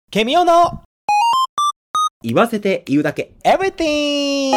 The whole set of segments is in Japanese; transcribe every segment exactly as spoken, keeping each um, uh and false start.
ケミオの言わせて言うだけ Everything。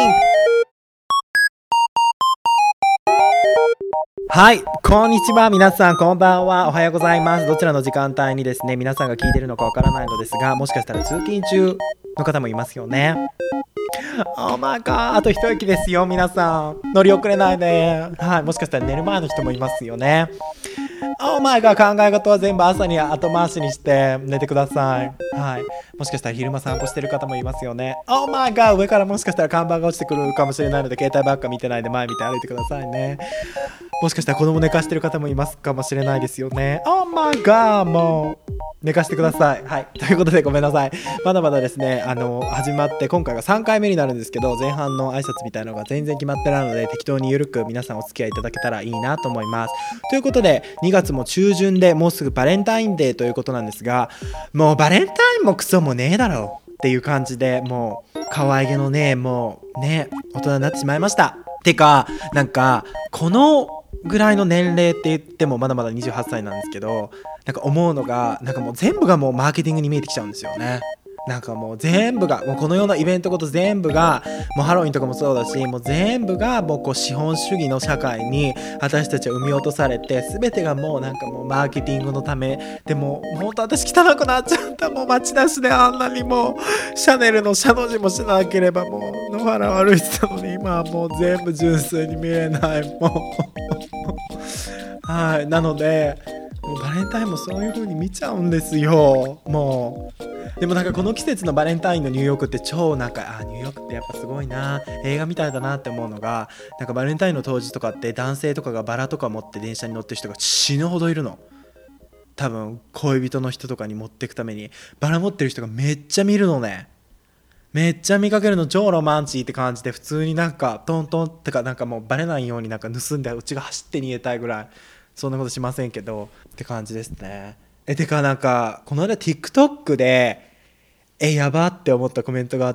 はい、こんにちは。皆さんこんばんは。おはようございます。どちらの時間帯にですね皆さんが聞いてるのかわからないのですが、もしかしたら通勤中の方もいますよね。Oh my god、 あと一息ですよ。皆さん乗り遅れないで。はい、もしかしたら寝る前の人もいますよね。Oh my god、 考え事は全部朝に後回しにして寝てください。はい、もしかしたら昼間散歩してる方もいますよね。 Oh my god、 上からもしかしたら看板が落ちてくるかもしれないので、携帯ばっか見てないで前見て歩いてくださいね。もしかしたら子供寝かしてる方もいますかもしれないですよね。 Oh my god、 もう寝かしてください。はい、ということでごめんなさい。まだまだですね、あの始まって今回がさんかいめになるんですけど、前半の挨拶みたいなのが全然決まってないので、適当にゆるく皆さんお付き合いいただけたらいいなと思います。ということでにがつも中旬で、もうすぐバレンタインデーということなんですが、もうバレンタインもクソもねえだろうっていう感じで、もう可愛げのねもうね大人になってしまいました。てかなんかこのぐらいの年齢って言ってもまだまだにじゅうはっさいなんですけど、なんか思うのが、なんかもう全部がもうマーケティングに見えてきちゃうんですよね。なんかもう全部がもうこのようなイベントごと全部がもうハロウィンとかもそうだし、もう全部がもうこう資本主義の社会に私たちは生み落とされて、全てがもうなんかもうマーケティングのためで、もう本当私汚くなっちゃった。もう町田市であんなにもうシャネルのシャの字もしなければもう野原歩いてたのに、今はもう全部純粋に見えない。もうはい、なのでもうバレンタインもそういう風に見ちゃうんですよ。もうでもなんかこの季節のバレンタインのニューヨークって超なんか、あ、ニューヨークってやっぱすごいな、映画みたいだなって思うのが、なんかバレンタインの当時とかって男性とかがバラとか持って電車に乗ってる人が死ぬほどいるの。多分恋人の人とかに持っていくためにバラ持ってる人がめっちゃ見るのね。めっちゃ見かけるの超ロマンチーって感じで、普通になんかトントンってかなんかもうバレないようになんか盗んでうちが走って逃げたいぐらい、そんなことしませんけどって感じですね。えてかなんかこの間 TikTok でえやばって思ったコメントがあって、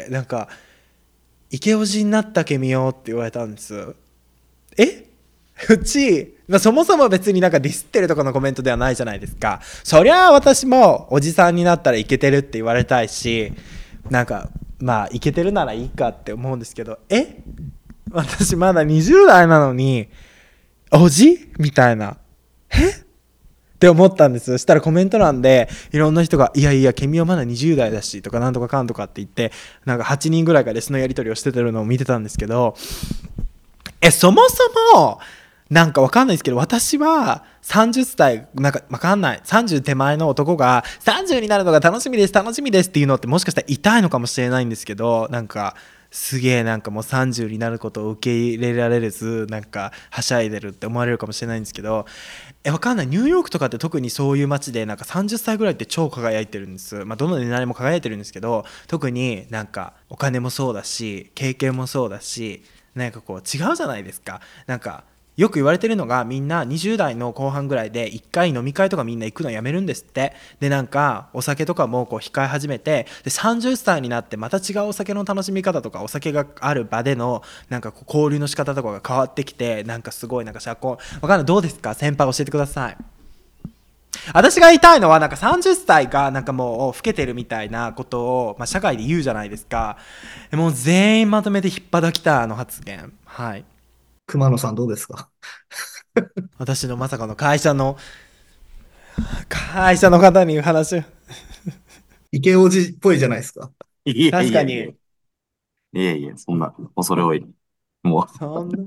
なんかイケオジになったケミオって言われたんです。えうち、まあ、そもそも別になんかディスってるとかのコメントではないじゃないですか。そりゃあ私もおじさんになったらイケてるって言われたいし、なんかまあイケてるならいいかって思うんですけど、え私まだにじゅう代なのにおじみたいな、えって思ったんです。そしたらコメント欄でいろんな人が、いやいやケミオまだにじゅう代だしとかなんとかかんとかって言って、なんかはちにんぐらいがレスのやり取りをしてるのを見てたんですけど、えそもそもなんかわかんないですけど、私はさんじゅっさいなんかわかんないさんじゅう手前の男がさんじゅうになるのが楽しみです楽しみですっていうのってもしかしたら痛いのかもしれないんですけど、なんかすげえなんかもうさんじゅうになることを受け入れられずなんかはしゃいでるって思われるかもしれないんですけど、えわかんない、ニューヨークとかって特にそういう街でなんかさんじゅっさいぐらいって超輝いてるんです。まあどの年代も輝いてるんですけど、特になんかお金もそうだし経験もそうだし、なんかこう違うじゃないですか。なんかよく言われてるのが、みんなにじゅう代の後半ぐらいでいっかい飲み会とかみんな行くのやめるんですって。でなんかお酒とかもこう控え始めて、でさんじゅっさいになってまた違うお酒の楽しみ方とかお酒がある場でのなんかこう交流の仕方とかが変わってきて、なんかすごいなんか社交わかんない、どうですか先輩教えてください。私が言いたいのは、なんかさんじゅっさいがなんかもう老けてるみたいなことを、まあ、社会で言うじゃないですか。もう全員まとめて引っ張きたあの発言。はい、 熊野さんどうですか？ 私のまさかの会社の会社の方に話を。 池王子っぽいじゃないですか。 いや確かに。 いやいやいやいや、そんな、恐れ多い。もそんな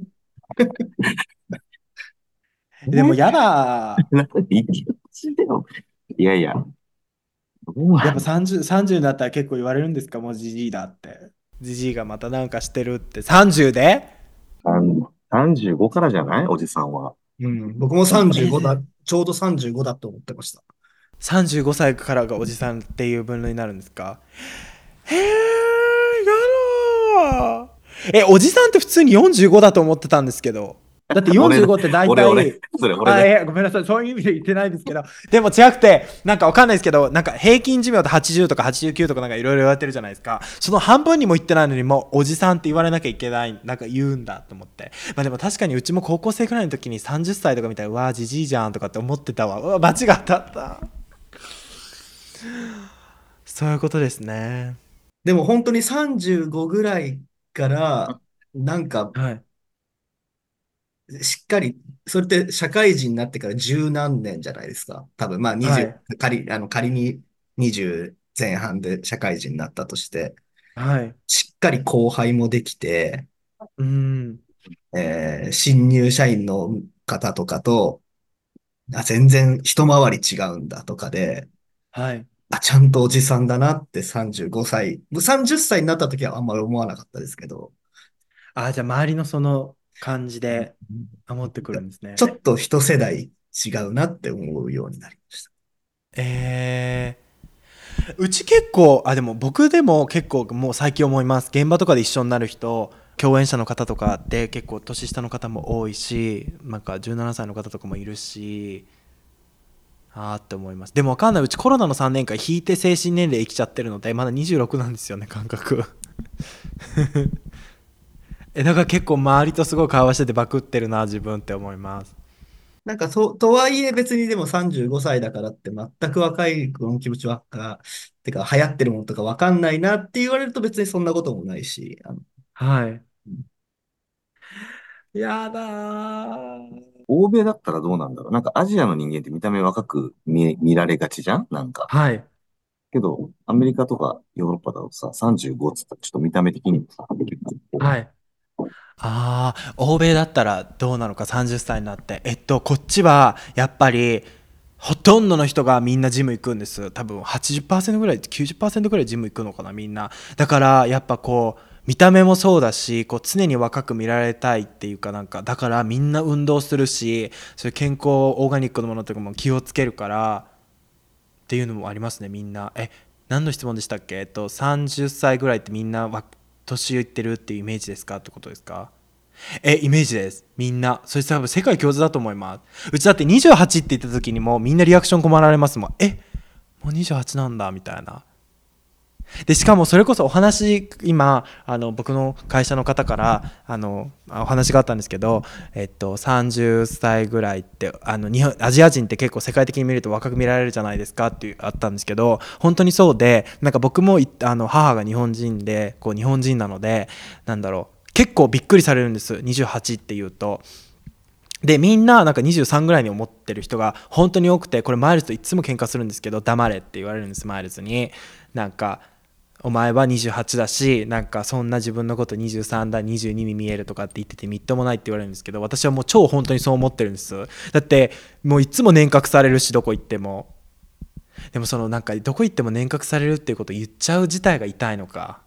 う、 でもね、 やだ。 なんかいいよ。いやいや、どうやっぱなんだ。 さんじゅう、さんじゅうになったら結構言われるんですか？もうじじいだって。じじいがまたなんかしてるってさんじゅうで。 あのさんじゅうごからじゃないおじさんは。 うん、僕もさんじゅうごだ、 えちょうどさんじゅうごだと思ってました。 さんじゅうごさいからがおじさんっていう分類になるんですか？へえ、やだー。え、おじさんって普通によんじゅうごだと思ってたんですけど。だって俺ね、 よんじゅうごって大俺俺、 体、 それ俺あ、いね。 や、ごめんなさい。そういう意味で言ってないんですけど。でも違くて、なんかわかんないですけど、なんか平均寿命ってはちじゅうとかはちじゅうきゅうとかなんかいろいろ言われてるじゃないですか。その半分にも言ってないのにもうおじさんって言われなきゃいけない、なんか言うんだと思って。まあでも確かにうちも高校生くらいの時にさんじゅっさいとか見たら、うわー、じじいじゃんとかって思ってたわ。うわ、罰が当たった。 そういうことですね。 でも本当にさんじゅうごぐらいから、なんかはい。 しっかり、それって社会人になってから十何年じゃないですか。多分、まあはい。 にじゅう、仮、あの仮ににじゅう前半で社会人になったとして、 はい。 しっかり後輩もできて、 うん。 えー新入社員の方とかと、あ、全然一回り違うんだとかで、 はい。 あ、ちゃんとおじさんだなってさんじゅうごさい、さんじゅっさいになった時はあんまり思わなかったですけど、 あ、じゃあ周りのその感じうんで守ってくるんですね。 ちょっと一世代違うなって思うようになりました。 えー、うち結構、あ、でも僕でも結構もう最近思います。現場とかで一緒になる人、共演者の方とかって結構年下の方も多いし、なんかじゅうななさいの方とかもいるし、あーって思います。でもわかんない。うちコロナのさんねんかん引いて精神年齢生きちゃってるので、まだにじゅうろくなんですよね、感覚。え、だから結構周りとすごい会話しててバクってるな、自分って思います。 なんかそう、とはいえ別にでもさんじゅうごさいだからって全く若い子の気持ちはか、てか流行ってるものとかわかんないなって言われると別にそんなこともないし、あの、 はい。やだー。 欧米だったらどうなんだろう。なんかアジアの人間って見た目若く見、見られがちじゃんなんか。 はい。 けど、アメリカとかヨーロッパだとさ、さんじゅうごっつったらちょっと見た目的にもさ、結構こはい。ああ、欧米だったらどうなのか、さんじゅっさいになって。えっと、こっちはやっぱりほとんどの人がみんなジム行くんです。多分はちじゅっパーセントぐらい、きゅうじゅっパーセントぐらいジム行くのかな、みんな。だからやっぱこう見た目もそうだし、こう常に若く見られたいっていうか、なんかだからみんな運動するし、そういう健康オーガニックのものとかも気をつけるからっていうのもありますね、みんな。え、何の質問でしたっけ？えっとさんじゅっさいぐらいってみんなわ年いってるっていうイメージですかってことですか？え、イメージです。みんな。それ多分世界共通だと思います。うちだってにじゅうはちって言った時にもみんなリアクション困られますもん。え、もうにじゅうはちなんだみたいな。で、しかもそれこそお話、今、あの、僕の会社の方から、あの、お話があったんですけど、えっと、さんじゅっさいぐらいって、あの、日本、アジア人って結構世界的に見ると若く見られるじゃないですかっていうあったんですけど、本当にそうで、なんか僕もい、あの、母が日本人で、こう、日本人なので、なんだろう、結構びっくりされるんです。にじゅうはちっていうと。で、みんななんかにじゅうさんぐらいに思ってる人が本当に多くて、これマイルズといつも喧嘩するんですけど、黙れって言われるんです、マイルズに。なんか、お前はにじゅうはちだし、なんかそんな自分のことにじゅうさんだ、にじゅうにに見えるとかって言っててみっともないって言われるんですけど、私はもう超本当にそう思ってるんです。だってもういつも年賀されるし、どこ行っても。でもそのなんかどこ行っても年賀されるっていうことを言っちゃう自体が痛いのか。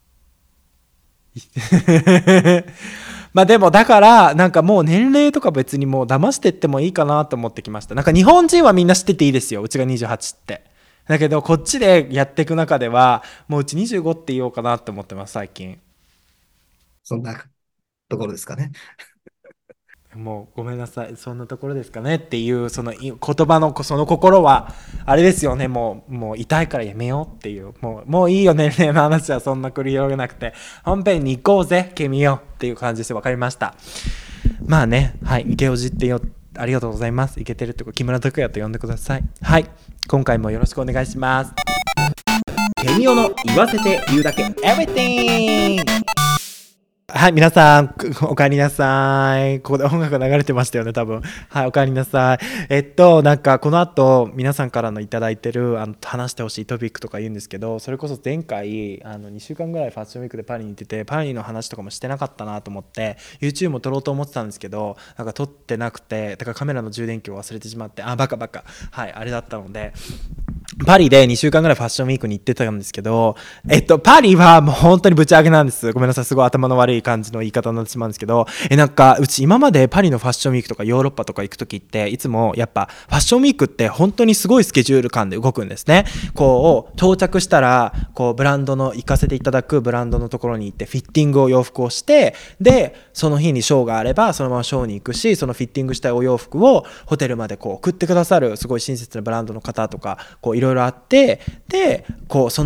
まあでもだからなんかもう年齢とか別にもう騙してってもいいかなと思ってきました。なんか日本人はみんな知ってていいですよ、うちがにじゅうはちって。だけどこっちでやっていく中ではもううちにじゅうごって言おうかなって思ってます、最近。 そんなところですかね。 もうごめんなさい、そんなところですかねっていうその言葉のその心はあれですよね。もうもう痛いからやめようっていう、もうもういいよ、年齢の話はそんな繰り広げなくて本編に行こうぜ君よっていう感じです。分かりました。まあね、はい、池おじってよ、ありがとうございます。イケてるってこ木村拓哉と呼んでください。はい、今回もよろしくお願いします。ケミオの言わせて言うだけ Everything。はい、皆さん、お帰りなさい。ここで音楽が流れてましたよね、多分。はい、お帰りなさい。えっと、なんか、この後、皆さんからのいただいてる、あの、話してほしいトピックとか言うんですけど、それこそ前回、あの、にしゅうかんぐらいファッションウィークでパリに行ってて、パリの話とかもしてなかったなと思って、YouTube も撮ろうと思ってたんですけど、なんか撮ってなくて、だからカメラの充電器を忘れてしまって、あ、バカバカ。はい、あれだったので、パリでにしゅうかんぐらいファッションウィークに行ってたんですけど、えっと、パリはもう本当にぶち上げなんです。ごめんなさい、すごい頭の悪い感じの言い方になってしまうんですけど、え、なんか、うち今までパリのファッションウィークとかヨーロッパとか行くときって、いつもやっぱファッションウィークって本当にすごいスケジュール感で動くんですね。こう、到着したら、こう、ブランドの、行かせていただくブランドのところに行って、フィッティングを洋服をして、で、その日にショーがあれば、そのままショーに行くし、そのフィッティングしたお洋服をホテルまでこう送ってくださる、すごい親切なブランドの方とか、こう、いろいろあって、でこうその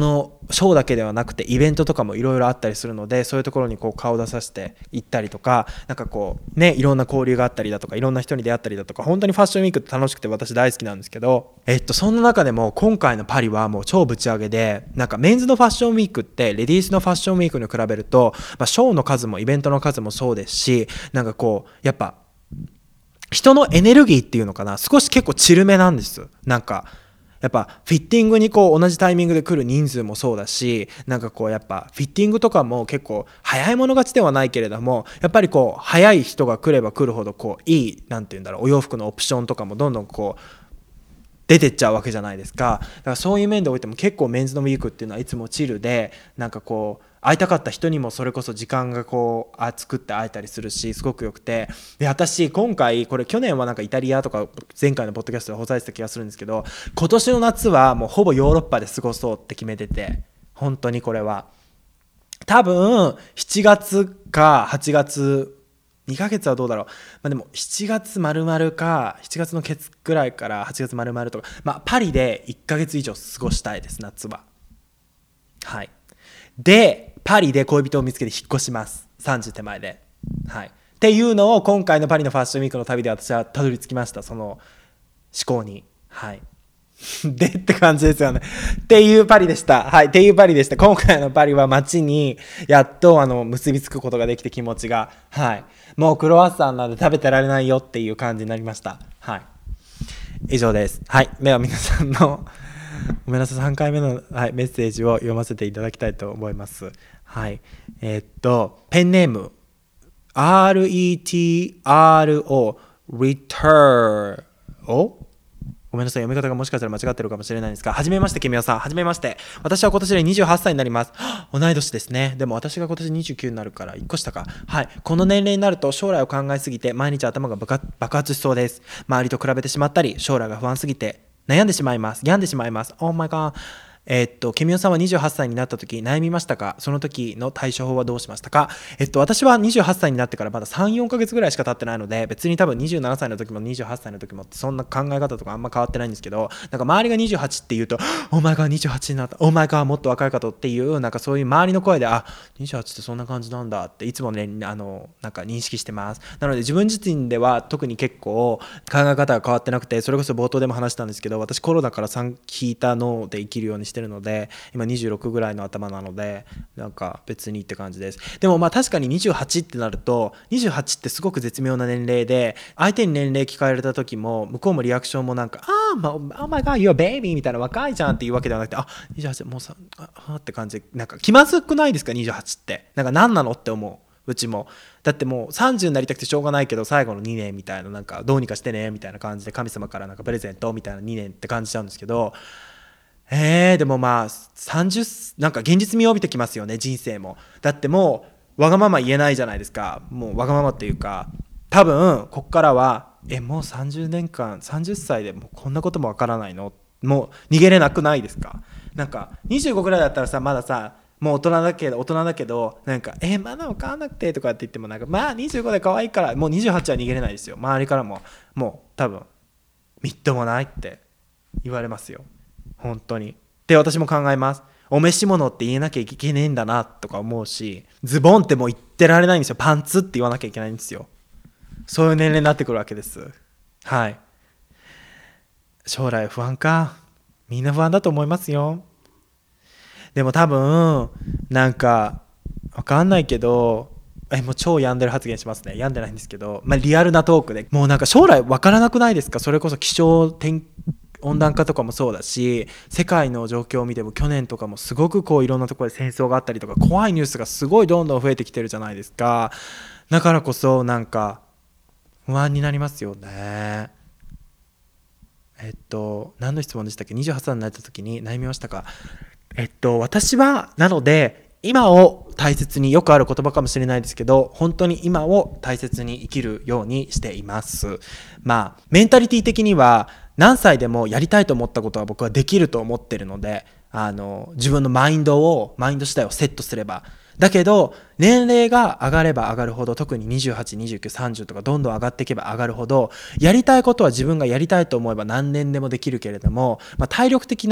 ショーだけではなくてイベントとかもいろいろあったりするので、そういうところにこう顔出させていったりとか、なんかこうねいろんな交流があったりだとか、いろんな人に出会ったりだとか、本当にファッションウィークって楽しくて私大好きなんですけど、えっとそんな中でも今回のパリはもう超ぶち上げで、なんかメンズのファッションウィークってレディースのファッションウィークに比べると、まあ、ショーの数もイベントの数もそうですし、なんかこうやっぱ人のエネルギーっていうのかな、少し結構チルめなんです。なんかやっぱフィッティングにこう同じタイミングで来る人数もそうだし、なんかこうやっぱフィッティングとかも結構早い者勝ちではないけれども、やっぱりこう早い人が来れば来るほどこういい、なんていうんだろう、お洋服のオプションとかもどんどんこう出てっちゃうわけじゃないですか。だからそういう面でおいても結構メンズのウィークっていうのはいつもチルで、なんかこう会いたかった人にもそれこそ時間がこう作って会えたりするし、すごくよくて、で私今回これ去年はなんかイタリアとか前回のポッドキャストで放送してた気がするんですけど、今年の夏はもうほぼヨーロッパで過ごそうって決めてて、本当にこれは多分しちがつかはちがつ、にかげつはどうだろう、まあ、でもしちがつ丸々かしちがつのケツくらいからはちがつ丸々とか、まあ、パリでいっかげつ以上過ごしたいです、夏は。はい。でパリで恋人を見つけて引っ越します、さんじゅう手前で。はい。っていうのを今回のパリのファッションウィークの旅で私はたどり着きました、その思考に。はい。でって感じですよね。っていうパリでした。はい。っていうパリでした。今回のパリは街にやっとあの結びつくことができて、気持ちが。はい。もうクロワッサンなんで食べてられないよっていう感じになりました。はい。以上です。はい。では皆さんのごめんなさい、さんかいめの、はい、メッセージを読ませていただきたいと思います。はい。えー、っと、ペンネーム、アールイーティーアールオー、Return をごめんなさい、読み方がもしかしたら間違ってるかもしれないんですが、はじめまして、ケミオさん。はじめまして。私は今年でにじゅうはっさいになります。同い年ですね。でも私が今年にじゅうきゅうになるからいっこ下か。はい。この年齢になると将来を考えすぎて毎日頭が爆発しそうです。周りと比べてしまったり、将来が不安すぎて悩んでしまいます。病んでしまいます。Oh my god。えー、っと、ケミオさんはにじゅうはっさいになった時悩みましたか？その時の対処法はどうしましたか？えっと、私はにじゅうはっさいになってからまださん、よんかげつぐらいしか経ってないので、別に多分にじゅうななさいの時もにじゅうはっさいの時もそんな考え方とかあんま変わってないんですけど、なんか周りがにじゅうはちって言うと、お前がにじゅうはちになった、お前がもっと若いかとっていう、なんかそういう周りの声で、あ、にじゅうはちってそんな感じなんだっていつもね、あの、なんか認識してます。なので自分自身では特に結構考え方が変わってなくて、それこそ冒頭でも話したんですけど、私コロナからさん引いた脳で生きるようにしてるので、今にじゅうろくぐらいの頭なので、なんか別にって感じです。でもまあ確かににじゅうはちってなると、にじゅうはちってすごく絶妙な年齢で、相手に年齢聞かれた時も向こうもリアクションもなんか、あー、まあ、Oh my god you're a baby みたいな、若いじゃんっていうわけではなくて、あ、にじゅうはちもうさ、あーって感じで、なんか気まずくないですか？にじゅうはちってなんか何なのって思う。うちもだってもうさんじゅうになりたくてしょうがないけど、最後のにねんみたいな、なんかどうにかしてねみたいな感じで、神様からなんかプレゼントみたいなにねんって感じちゃうんですけど、えー、でもまあさんじゅうなんか現実味を帯びてきますよね、人生も。だってもうわがまま言えないじゃないですか。もうわがままっていうか、多分こっからはえもうさんじゅうねんかんさんじゅっさいでもうこんなこともわからないの、もう逃げれなくないですか？なんかにじゅうごぐらいだったらさ、まださもう大人だけど大人だけどなんかえまだ分かんなくてとかって言っても、なんかまあにじゅうごで可愛いから、もうにじゅうはちは逃げれないですよ。周りからももう多分みっともないって言われますよ、本当に。で私も考えます。お召し物って言えなきゃいけねえんだなとか思うし、ズボンってもう言ってられないんですよ。パンツって言わなきゃいけないんですよ。そういう年齢になってくるわけです。はい。将来不安か。みんな不安だと思いますよ。でも多分なんかわかんないけど、えもう超病んでる発言しますね。病んでないんですけど、まあ、リアルなトークでもうなんか将来わからなくないですか？それこそ気象転温暖化とかもそうだし、世界の状況を見ても去年とかもすごくこういろんなところで戦争があったりとか、怖いニュースがすごいどんどん増えてきてるじゃないですか。だからこそなんか不安になりますよね。えっと何の質問でしたっけ？にじゅうはっさいになった時に悩みましたか？えっと私はなので今を大切に、よくある言葉かもしれないですけど、本当に今を大切に生きるようにしています。まあメンタリティ的には何歳でもやりたいと思ったことは僕はできると思ってるので、あの自分のマインドをマインド次第をセットすれば。だけど年齢が上がれば上がるほど、特ににじゅうはち、にじゅうきゅう、さんじゅうとかどんどん上がっていけば上がるほど、やりたいことは自分がやりたいと思えば何年でもできるけれども、まあ、体力的な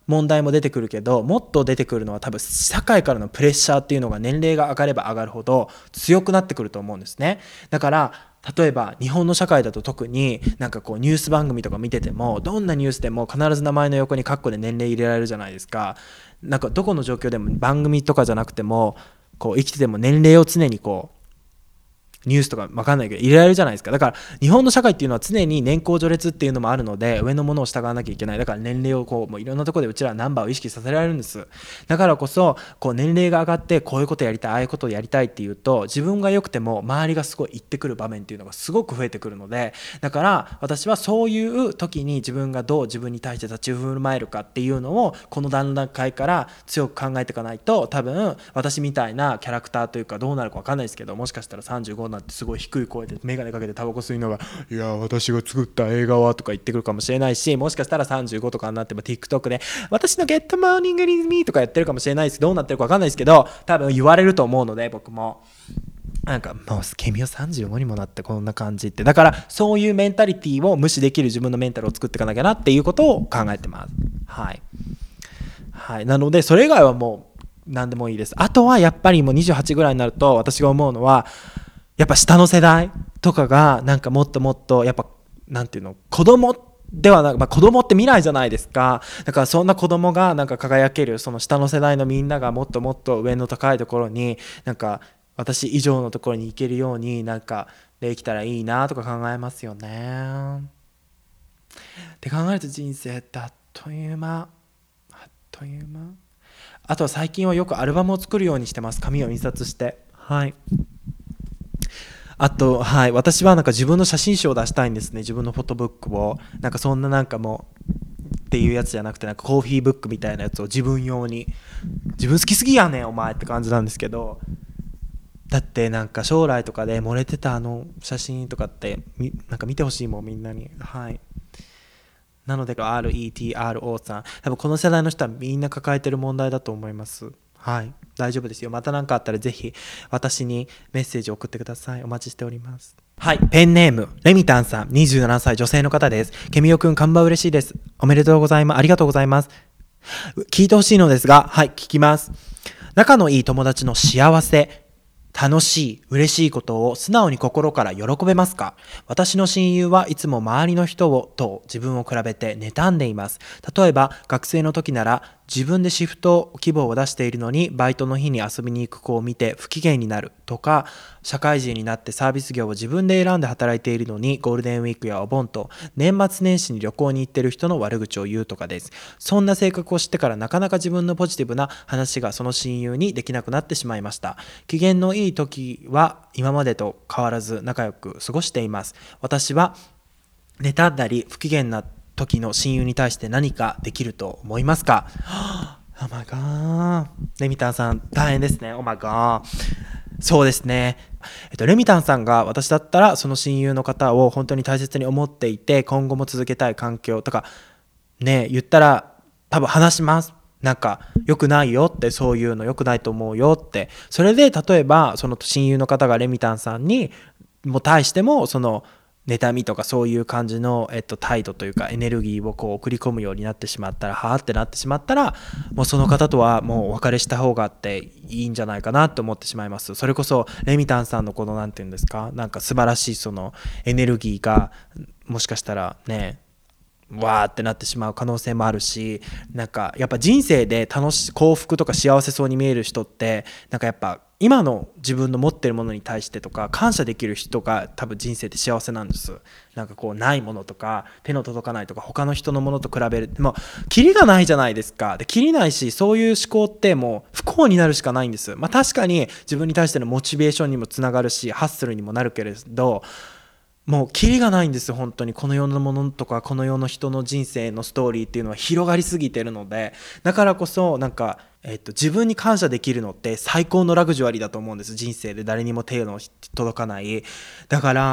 問題も出てくるけど、もっと出てくるのは多分社会からのプレッシャーっていうのが年齢が上がれば上がるほど強くなってくると思うんですね。だから例えば日本の社会だと特になんかこうニュース番組とか見てても、どんなニュースでも必ず名前の横にカッコで年齢入れられるじゃないですか。なんかどこの状況でも番組とかじゃなくてもこう生きてても年齢を常にこうニュースとか分かんないけど入れられるじゃないですか。だから日本の社会っていうのは常に年功序列っていうのもあるので、上のものを従わなきゃいけない。だから年齢をこうもういろんなところでうちらはナンバーを意識させられるんです。だからこそこう年齢が上がってこういうことやりたい、ああいうことをやりたいっていうと、自分が良くても周りがすごい言ってくる場面っていうのがすごく増えてくるので、だから私はそういう時に自分がどう自分に対して立ち振る舞えるかっていうのをこの段階から強く考えていかないと、多分私みたいなキャラクターというかどうなるか分かんないですけど、もしかしたらさんじゅうごになってすごい低い声で眼鏡かけてタバコ吸いながら、いや私が作った映画はとか言ってくるかもしれないし、もしかしたらさんじゅうごとかになっても TikTok で私の Get Morning with Me とかやってるかもしれないです。どうなってるか分かんないですけど、多分言われると思うので、僕もなんかもう君はさんじゅうごにもなってこんな感じって、だからそういうメンタリティを無視できる自分のメンタルを作っていかなきゃなっていうことを考えてます。はい、はい、なのでそれ以外はもう何でもいいです。あとはやっぱりもうにじゅうはちぐらいになると私が思うのは、やっぱ下の世代とかがなんかもっともっとやっぱなんていうの、子供ではなく、まあ、子供って未来じゃないですか。だからそんな子供がなんか輝ける、その下の世代のみんながもっともっと上の高いところになんか私以上のところに行けるようになんかできたらいいなとか考えますよね。って考えると人生ってあっという間、あっという間。あとは最近はよくアルバムを作るようにしてます。紙を印刷して。はい。あと、はい、私はなんか自分の写真集を出したいんですね。自分のフォトブックを。なんかそんななんかもうっていうやつじゃなくて、なんかコーヒーブックみたいなやつを自分用に。自分好きすぎやねんお前って感じなんですけど。だってなんか将来とかで漏れてたあの写真とかってなんか見てほしいもんみんなに。はい。なので アールイーティーアールオー さん、多分この世代の人はみんな抱えてる問題だと思います。はい、大丈夫ですよ。また何かあったらぜひ私にメッセージを送ってください。お待ちしております。はい、ペンネームレミタンさん、にじゅうななさい女性の方です。ケミオくん、看板嬉しいです。おめでとうございます。ありがとうございます。聞いてほしいのですが、はい、聞きます。仲のいい友達の幸せ、楽しい、嬉しいことを素直に心から喜べますか？私の親友はいつも周りの人をと自分を比べて妬んでいます。例えば学生の時なら自分でシフト希望を出しているのにバイトの日に遊びに行く子を見て不機嫌になるとか、社会人になってサービス業を自分で選んで働いているのにゴールデンウィークやお盆と年末年始に旅行に行っている人の悪口を言うとかです。そんな性格を知ってからなかなか自分のポジティブな話がその親友にできなくなってしまいました。機嫌のいい時は今までと変わらず仲良く過ごしています。私は妬んだり不機嫌な時の親友に対して何かできると思いますか？Oh my god。レミタンさん大変ですね。Oh my god。そうですね。えっと、レミタンさんが私だったらその親友の方を本当に大切に思っていて今後も続けたい環境とかね言ったら多分話します。なんか良くないよって、そういうの良くないと思うよって。それで例えばその親友の方がレミタンさんにも対してもその妬みとかそういう感じの、えっと、態度というかエネルギーをこう送り込むようになってしまったら、はーってなってしまったら、もうその方とはもうお別れした方がっていいんじゃないかなと思ってしまいます。それこそレミタンさんのこのなんていうんですか、なんか素晴らしいそのエネルギーがもしかしたらねわーってなってしまう可能性もあるし、なんかやっぱ人生で楽し幸福とか幸せそうに見える人ってなんかやっぱ今の自分の持ってるものに対してとか感謝できる人が多分人生って幸せなんです。なんかこうないものとか手の届かないとか他の人のものと比べるもうキリがないじゃないですか。でキリないし、そういう思考ってもう不幸になるしかないんです。まあ確かに自分に対してのモチベーションにもつながるしハッスルにもなるけれど、もうキリがないんです。本当にこの世のものとかこの世の人の人生のストーリーっていうのは広がりすぎてるので、だからこそなんか、えっと、自分に感謝できるのって最高のラグジュアリーだと思うんです。人生で誰にも手の届かない。だから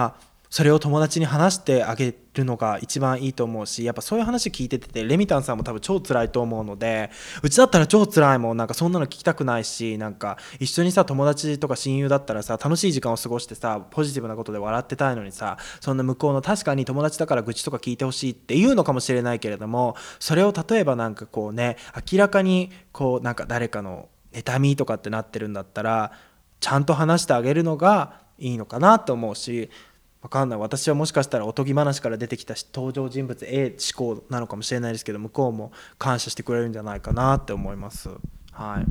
それを友達に話してあげるのが一番いいと思うし、やっぱそういう話聞いててレミタンさんも多分超辛いと思うので、うちだったら超辛いもん、なんかそんなの聞きたくないし、なんか一緒にさ友達とか親友だったらさ楽しい時間を過ごしてさポジティブなことで笑ってたいのにさ、そんな向こうの確かに友達だから愚痴とか聞いてほしいっていうのかもしれないけれども、それを例えばなんかこうね明らかにこうなんか誰かの妬みとかってなってるんだったらちゃんと話してあげるのがいいのかなと思うし、わかんない、私はもしかしたらおとぎ話から出てきた登場人物 A 思考なのかもしれないですけど、向こうも感謝してくれるんじゃないかなって思います。はい、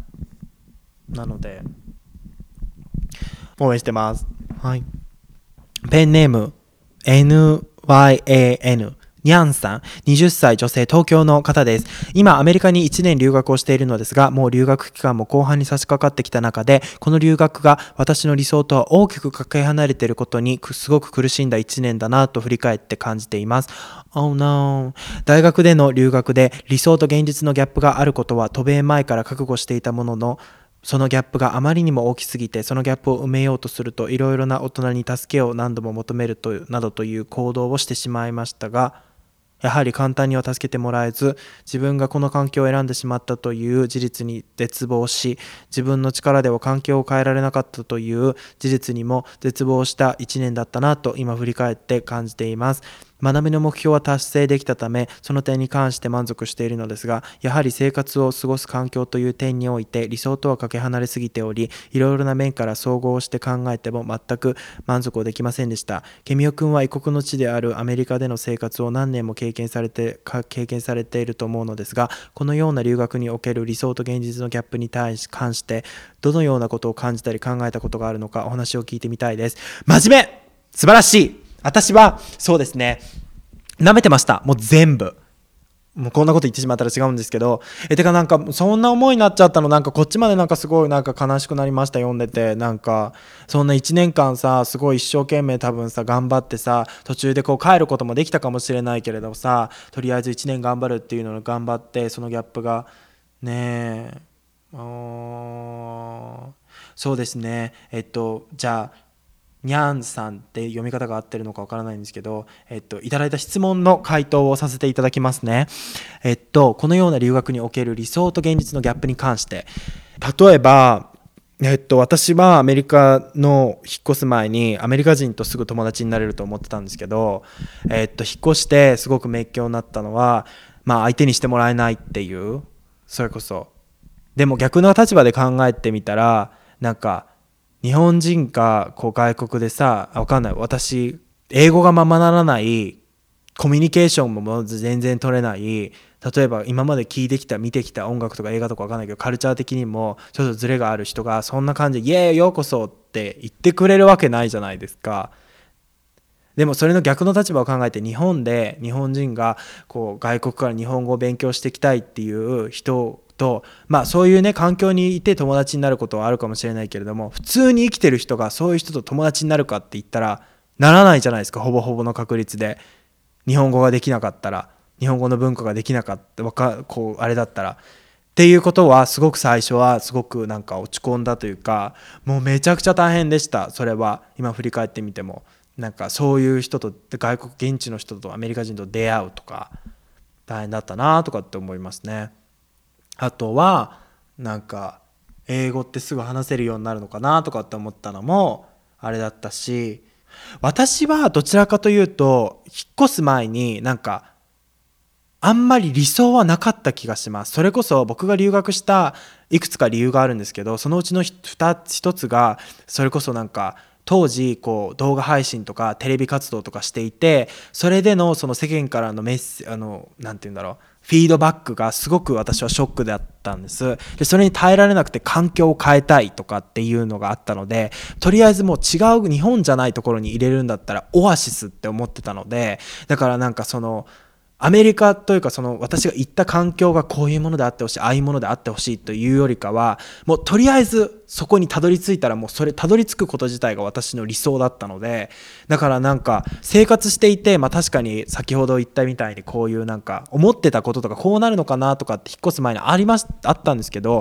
なので応援してます。はい、ペンネーム エヌワイエーエヌニャンさん、にじゅっさい女性、東京の方です。今アメリカにいちねん留学をしているのですが、もう留学期間も後半に差し掛かってきた中で、この留学が私の理想とは大きくかけ離れていることにすごく苦しんだいちねんだなと振り返って感じています。 Oh no。 大学での留学で理想と現実のギャップがあることは渡米前から覚悟していたものの、そのギャップがあまりにも大きすぎて、そのギャップを埋めようとするといろいろな大人に助けを何度も求めるとなどという行動をしてしまいましたが、やはり簡単には助けてもらえず、自分がこの環境を選んでしまったという事実に絶望し、自分の力では環境を変えられなかったという事実にも絶望したいちねんだったなと今振り返って感じています。学びの目標は達成できたため、その点に関して満足しているのですが、やはり生活を過ごす環境という点において理想とはかけ離れすぎており、いろいろな面から総合して考えても全く満足をできませんでした。ケミオ君は異国の地であるアメリカでの生活を何年も経験されて経験されていると思うのですが、このような留学における理想と現実のギャップに対し関してどのようなことを感じたり考えたことがあるのか、お話を聞いてみたいです。真面目、素晴らしい。私はそうですね、舐めてました。もう全部。もうこんなこと言ってしまったら違うんですけど、えてかなんかそんな思いになっちゃったの、なんかこっちまでなんかすごいなんか悲しくなりました、読んでて。なんかそんないちねんかんさ、すごい一生懸命多分さ頑張ってさ、途中でこう帰ることもできたかもしれないけれどさ、とりあえずいちねん頑張るっていうのを頑張って、そのギャップがねえ、あーそうですね、えっとじゃあにゃんさんって読み方が合ってるのかわからないんですけど、えっと、いただいた質問の回答をさせていただきますね。えっと、このような留学における理想と現実のギャップに関して、例えば、えっと、私はアメリカの引っ越す前にアメリカ人とすぐ友達になれると思ってたんですけど、えっと、引っ越してすごく滅狂になったのは、まあ、相手にしてもらえないっていう、それこそ。でも逆の立場で考えてみたら、なんか、日本人がこう外国でさ、わかんない、私英語がままならない、コミュニケーションも全然取れない、例えば今まで聴いてきた見てきた音楽とか映画とかわかんないけどカルチャー的にもちょっとズレがある人がそんな感じでイエーイようこそって言ってくれるわけないじゃないですか。でもそれの逆の立場を考えて、日本で日本人がこう外国から日本語を勉強していきたいっていう人と、まあそういうね環境にいて友達になることはあるかもしれないけれども、普通に生きてる人がそういう人と友達になるかって言ったらならないじゃないですか。ほぼほぼの確率で日本語ができなかったら、日本語の文化ができなかったわかこうあれだったらっていうことは、すごく最初はすごくなんか落ち込んだというか、もうめちゃくちゃ大変でした。それは今振り返ってみても、なんかそういう人と外国現地の人とアメリカ人と出会うとか大変だったなとかって思いますね。あとはなんか英語ってすぐ話せるようになるのかなとかって思ったのもあれだったし、私はどちらかというと引っ越す前になんかあんまり理想はなかった気がします。それこそ僕が留学したいくつか理由があるんですけど、そのうちの一つがそれこそなんか当時こう動画配信とかテレビ活動とかしていて、それでのその世間からのメッセあのなんて言うんだろうフィードバックがすごく私はショックだったんです。でそれに耐えられなくて環境を変えたいとかっていうのがあったので、とりあえずもう違う日本じゃないところに入れるんだったらオアシスって思ってたので、だからなんかそのアメリカというかその私が行った環境がこういうものであってほしい、ああいうものであってほしいというよりかは、もうとりあえずそこにたどり着いたらもうそれたどり着くこと自体が私の理想だったので、だからなんか生活していて、まあ確かに先ほど言ったみたいにこういうなんか思ってたこととかこうなるのかなとかって引っ越す前にありましあったんですけど、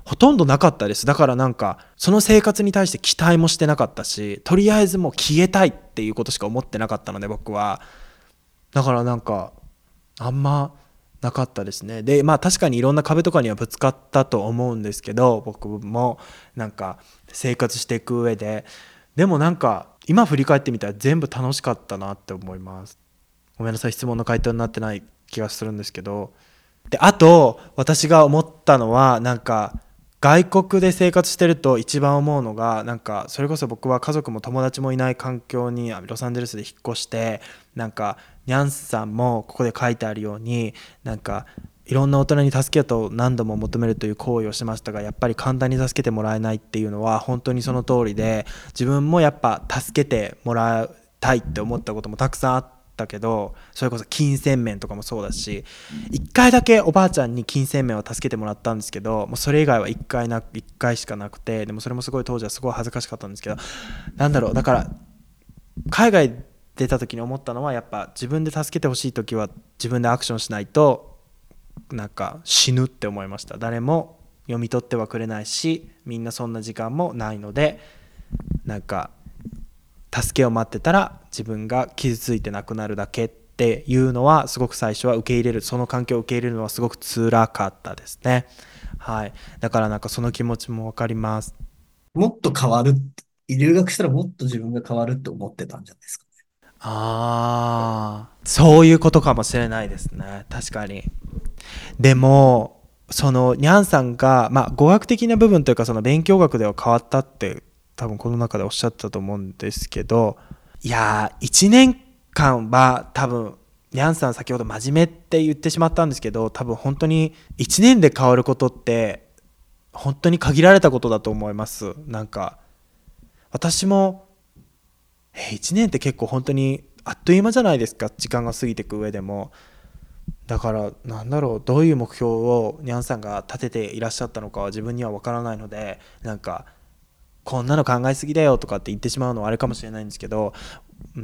ほとんどなかったです。だからなんかその生活に対して期待もしてなかったし、とりあえずもう消えたいっていうことしか思ってなかったので僕は。だからなんかあんまなかったですね。でまあ確かにいろんな壁とかにはぶつかったと思うんですけど、僕もなんか生活していく上で、でもなんか今振り返ってみたら全部楽しかったなって思います。ごめんなさい、質問の回答になってない気がするんですけど。であと私が思ったのは、なんか外国で生活してると一番思うのが、なんかそれこそ僕は家族も友達もいない環境にロサンゼルスで引っ越して、なんかニャンさんもここで書いてあるように、なんかいろんな大人に助けを何度も求めるという行為をしましたが、やっぱり簡単に助けてもらえないっていうのは本当にその通りで、自分もやっぱ助けてもらいたいって思ったこともたくさんあったけど、それこそ金銭面とかもそうだし、一回だけおばあちゃんに金銭面は助けてもらったんですけど、もうそれ以外は一回な一回しかなくて、でもそれもすごい当時はすごい恥ずかしかったんですけど、なんだろう、だから海外出た時に思ったのは、やっぱ自分で助けてほしい時は自分でアクションしないとなんか死ぬって思いました。誰も読み取ってはくれないし、みんなそんな時間もないので、なんか助けを待ってたら自分が傷ついてなくなるだけっていうのはすごく最初は受け入れる、その環境を受け入れるのはすごく辛かったですね。はい。だからなんかその気持ちもわかります。 もっと変わる。留学したらもっと自分が変わるって思ってたんじゃないですかね。 ああ、そういうことかもしれないですね。確かに。でもそのニャンさんが、まあ、語学的な部分というかその勉強学では変わったって多分この中でおっしゃってたと思うんですけど、いやーいちねんかんは多分ニャンさん先ほど真面目って言ってしまったんですけど、多分本当にいちねんで変わることって本当に限られたことだと思います。なんか私もえいちねんって結構本当にあっという間じゃないですか、時間が過ぎていく上でも。だからなんだろう、どういう目標をニャンさんが立てていらっしゃったのかは自分には分からないので、なんかこんなの考えすぎだよとかって言ってしまうのはあれかもしれないんですけど、うん、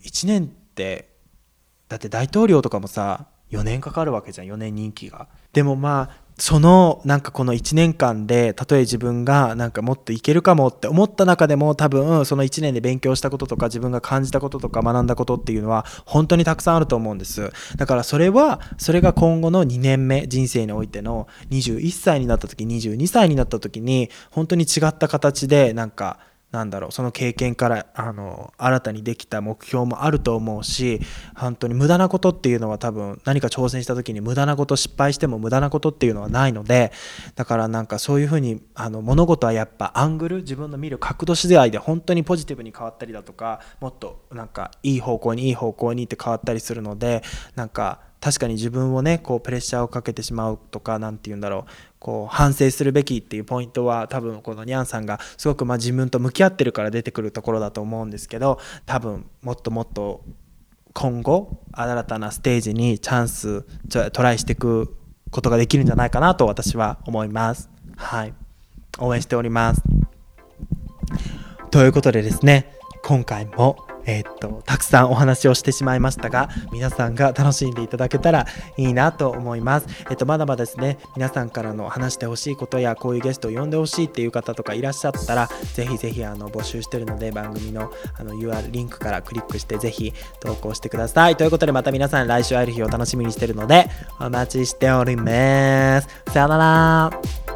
いちねんってだって大統領とかもさよねんかかるわけじゃん、よねん任期が。でもまあそのなんかこのいちねんかんでたとえ自分がなんかもっといけるかもって思った中でも、多分そのいちねんで勉強したこととか自分が感じたこととか学んだことっていうのは本当にたくさんあると思うんです。だからそれはそれが今後のにねんめ人生においてのにじゅういっさいになった時、にじゅうにさいになった時に本当に違った形でなんかなんだろう、その経験からあの新たにできた目標もあると思うし、本当に無駄なことっていうのは多分何か挑戦した時に無駄なこと、失敗しても無駄なことっていうのはないので、だからなんかそういうふうにあの物事はやっぱアングル、自分の見る角度次第で本当にポジティブに変わったりだとか、もっとなんかいい方向にいい方向にって変わったりするので、なんか確かに自分をねこうプレッシャーをかけてしまうとか、なんて言うんだろう、こう反省するべきっていうポイントは多分このニャンさんがすごくまあ自分と向き合ってるから出てくるところだと思うんですけど、多分もっともっと今後新たなステージにチャンストライしていくことができるんじゃないかなと私は思います。はい、応援しております。ということでですね、今回もえー、っとたくさんお話をしてしまいましたが、皆さんが楽しんでいただけたらいいなと思います。えっとまだまだですね、皆さんからの話してほしいことやこういうゲストを呼んでほしいっていう方とかいらっしゃったら、ぜひぜひあの募集してるので、番組のあの ユーアール リンクからクリックしてぜひ投稿してください。ということでまた皆さん来週会える日を楽しみにしてるのでお待ちしております。さよなら。